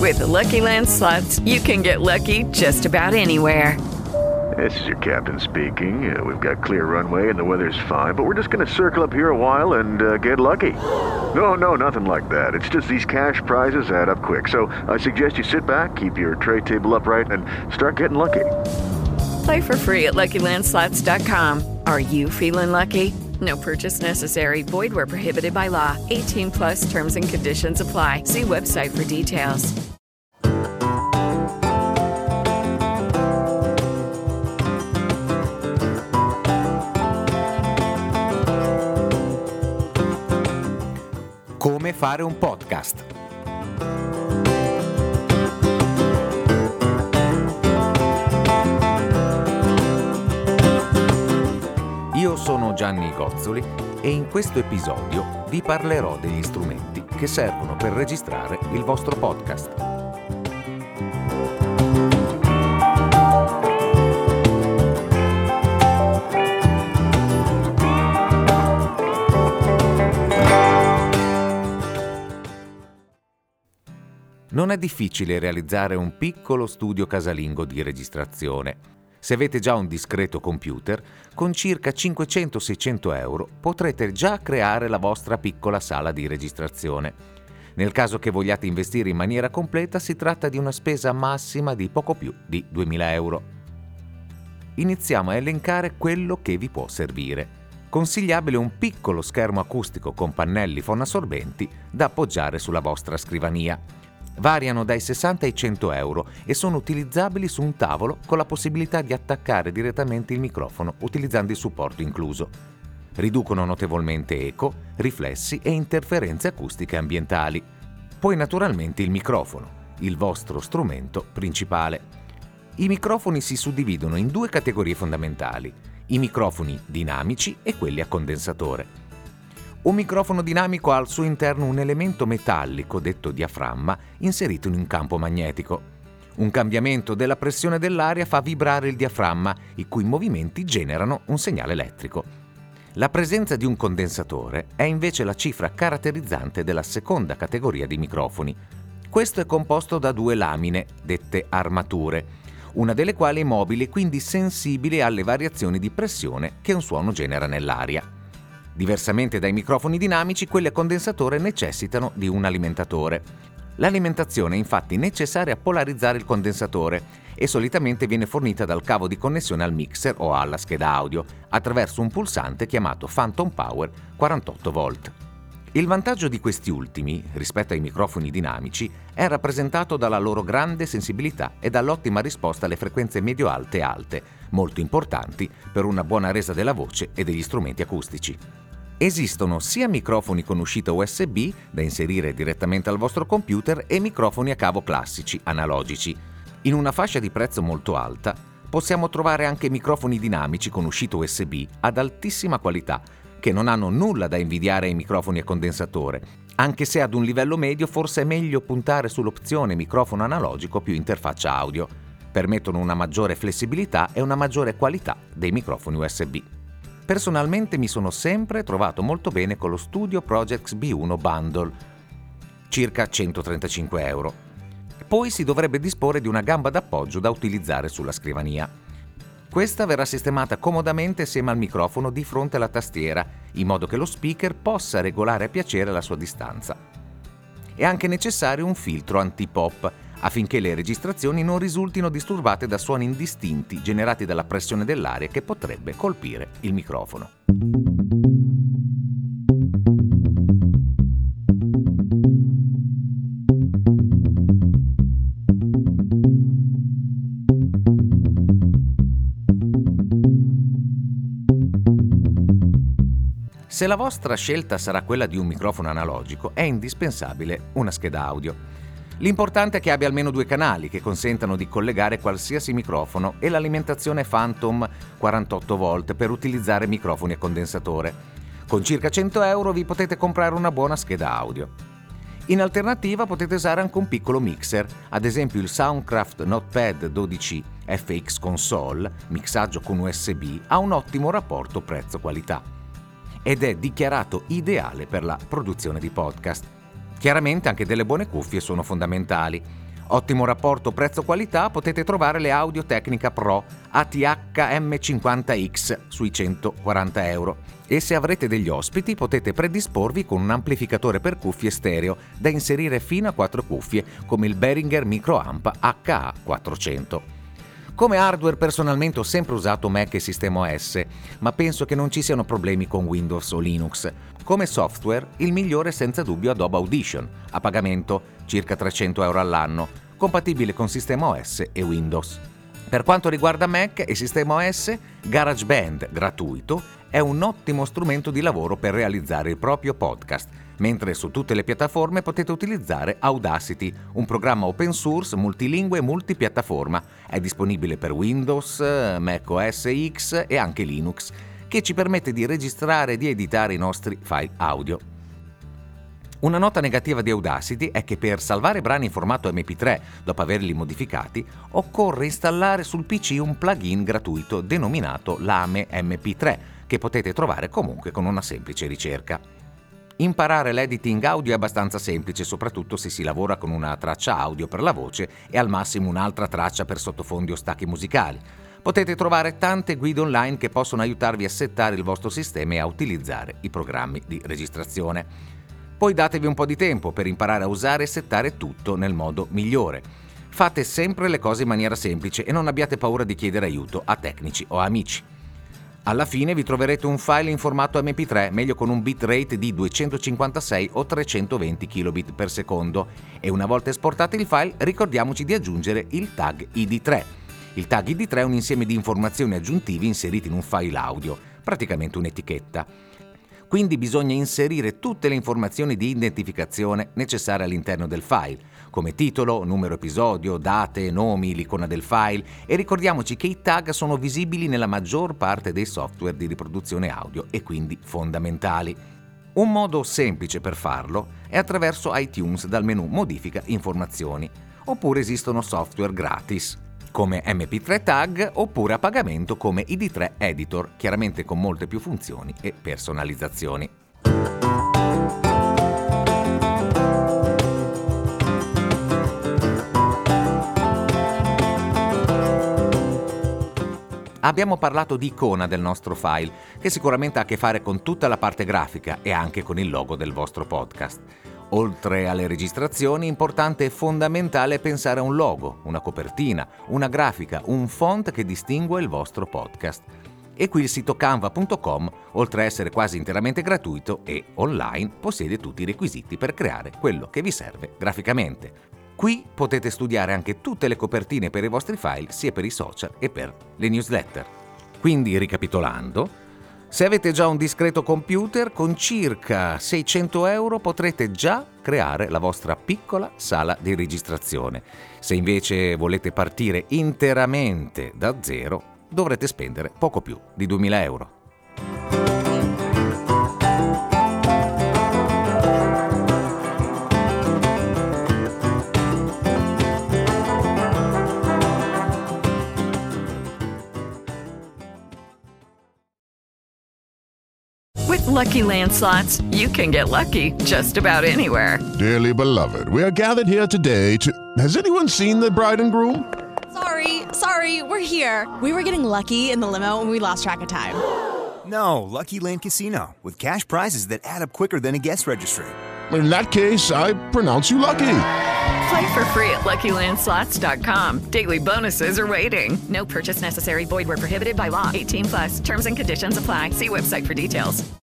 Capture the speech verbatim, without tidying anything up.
With the Lucky Land Slots, you can get lucky just about anywhere. This is your captain speaking. Uh, we've got clear runway and the weather's fine, but we're just going to circle up here a while and uh, get lucky. No, no, nothing like that. It's just these cash prizes add up quick. So I suggest you sit back, keep your tray table upright, and start getting lucky. Play for free at Lucky Land Slots dot com. Are you feeling lucky? No purchase necessary. Void where prohibited by law. eighteen plus terms and conditions apply. See website for details. Come fare un podcast. Io sono Gianni Gozzoli e in questo episodio vi parlerò degli strumenti che servono per registrare il vostro podcast. Non è difficile realizzare un piccolo studio casalingo di registrazione. Se avete già un discreto computer, con circa cinquecento seicento euro potrete già creare la vostra piccola sala di registrazione. Nel caso che vogliate investire in maniera completa, si tratta di una spesa massima di poco più di duemila euro. Iniziamo a elencare quello che vi può servire. Consigliabile un piccolo schermo acustico con pannelli fonoassorbenti da appoggiare sulla vostra scrivania. Variano dai sessanta ai cento euro e sono utilizzabili su un tavolo con la possibilità di attaccare direttamente il microfono utilizzando il supporto incluso. Riducono notevolmente eco, riflessi e interferenze acustiche ambientali. Poi naturalmente il microfono, il vostro strumento principale. I microfoni si suddividono in due categorie fondamentali: i microfoni dinamici e quelli a condensatore. Un microfono dinamico ha al suo interno un elemento metallico, detto diaframma, inserito in un campo magnetico. Un cambiamento della pressione dell'aria fa vibrare il diaframma, i cui movimenti generano un segnale elettrico. La presenza di un condensatore è invece la cifra caratterizzante della seconda categoria di microfoni. Questo è composto da due lamine, dette armature, una delle quali è mobile e quindi sensibile alle variazioni di pressione che un suono genera nell'aria. Diversamente dai microfoni dinamici, quelli a condensatore necessitano di un alimentatore. L'alimentazione è infatti necessaria a polarizzare il condensatore e solitamente viene fornita dal cavo di connessione al mixer o alla scheda audio attraverso un pulsante chiamato Phantom Power quarantotto volt. Il vantaggio di questi ultimi, rispetto ai microfoni dinamici, è rappresentato dalla loro grande sensibilità e dall'ottima risposta alle frequenze medio-alte e alte, molto importanti per una buona resa della voce e degli strumenti acustici. Esistono sia microfoni con uscita U S B da inserire direttamente al vostro computer e microfoni a cavo classici, analogici. In una fascia di prezzo molto alta possiamo trovare anche microfoni dinamici con uscita U S B ad altissima qualità, che non hanno nulla da invidiare ai microfoni a condensatore, anche se ad un livello medio forse è meglio puntare sull'opzione microfono analogico più interfaccia audio. Permettono una maggiore flessibilità e una maggiore qualità dei microfoni U S B. Personalmente mi sono sempre trovato molto bene con lo Studio Projects B uno Bundle, circa centotrentacinque euro. Poi si dovrebbe disporre di una gamba d'appoggio da utilizzare sulla scrivania. Questa verrà sistemata comodamente assieme al microfono di fronte alla tastiera, in modo che lo speaker possa regolare a piacere la sua distanza. È anche necessario un filtro anti-pop, affinché le registrazioni non risultino disturbate da suoni indistinti generati dalla pressione dell'aria che potrebbe colpire il microfono. Se la vostra scelta sarà quella di un microfono analogico, è indispensabile una scheda audio. L'importante è che abbia almeno due canali che consentano di collegare qualsiasi microfono e l'alimentazione Phantom quarantotto volt per utilizzare microfoni a condensatore. Con circa cento euro vi potete comprare una buona scheda audio. In alternativa potete usare anche un piccolo mixer, ad esempio il Soundcraft Notepad dodici F X Console, mixaggio con U S B, ha un ottimo rapporto prezzo-qualità ed è dichiarato ideale per la produzione di podcast. Chiaramente anche delle buone cuffie sono fondamentali. Ottimo rapporto prezzo-qualità, potete trovare le Audio-Technica Pro A T H M cinquanta X sui centoquaranta euro. E se avrete degli ospiti potete predisporvi con un amplificatore per cuffie stereo da inserire fino a quattro cuffie, come il Behringer Microamp H A quattrocento. Come hardware personalmente ho sempre usato Mac e sistema O S, ma penso che non ci siano problemi con Windows o Linux. Come software, il migliore è senza dubbio Adobe Audition, a pagamento, circa trecento euro all'anno, compatibile con sistema O S e Windows. Per quanto riguarda Mac e sistema O S, GarageBand, gratuito, è un ottimo strumento di lavoro per realizzare il proprio podcast, mentre su tutte le piattaforme potete utilizzare Audacity, un programma open source multilingue e multipiattaforma. È disponibile per Windows, Mac O S X e anche Linux, che ci permette di registrare e di editare i nostri file audio. Una nota negativa di Audacity è che per salvare brani in formato M P tre dopo averli modificati, occorre installare sul P C un plugin gratuito denominato Lame M P tre, che potete trovare comunque con una semplice ricerca. Imparare l'editing audio è abbastanza semplice, soprattutto se si lavora con una traccia audio per la voce e al massimo un'altra traccia per sottofondi o stacchi musicali. Potete trovare tante guide online che possono aiutarvi a settare il vostro sistema e a utilizzare i programmi di registrazione. Poi datevi un po' di tempo per imparare a usare e settare tutto nel modo migliore. Fate sempre le cose in maniera semplice e non abbiate paura di chiedere aiuto a tecnici o amici. Alla fine vi troverete un file in formato M P tre, meglio con un bitrate di duecentocinquantasei o trecentoventi kilobit per secondo, e una volta esportato il file ricordiamoci di aggiungere il tag I D tre. Il tag I D tre è un insieme di informazioni aggiuntivi inseriti in un file audio, praticamente un'etichetta. Quindi bisogna inserire tutte le informazioni di identificazione necessarie all'interno del file, come titolo, numero episodio, date, nomi, l'icona del file, e ricordiamoci che i tag sono visibili nella maggior parte dei software di riproduzione audio e quindi fondamentali. Un modo semplice per farlo è attraverso iTunes dal menu Modifica informazioni, oppure esistono software gratis come M P tre Tag oppure a pagamento come I D tre Editor, chiaramente con molte più funzioni e personalizzazioni. Abbiamo parlato di icona del nostro file, che sicuramente ha a che fare con tutta la parte grafica e anche con il logo del vostro podcast. Oltre alle registrazioni, importante e fondamentale è pensare a un logo, una copertina, una grafica, un font che distingue il vostro podcast. E qui il sito canva punto com, oltre a essere quasi interamente gratuito e online, possiede tutti i requisiti per creare quello che vi serve graficamente. Qui potete studiare anche tutte le copertine per i vostri file, sia per i social e per le newsletter. Quindi, ricapitolando, se avete già un discreto computer, con circa seicento euro potrete già creare la vostra piccola sala di registrazione. Se invece volete partire interamente da zero, dovrete spendere poco più di duemila euro. With Lucky Land Slots, you can get lucky just about anywhere. Dearly beloved, we are gathered here today to... Has anyone seen the bride and groom? Sorry, sorry, we're here. We were getting lucky in the limo and we lost track of time. No, Lucky Land Casino, with cash prizes that add up quicker than a guest registry. In that case, I pronounce you lucky. Play for free at lucky land slots dot com. Daily bonuses are waiting. No purchase necessary. Void where prohibited by law. eighteen plus. Terms and conditions apply. See website for details.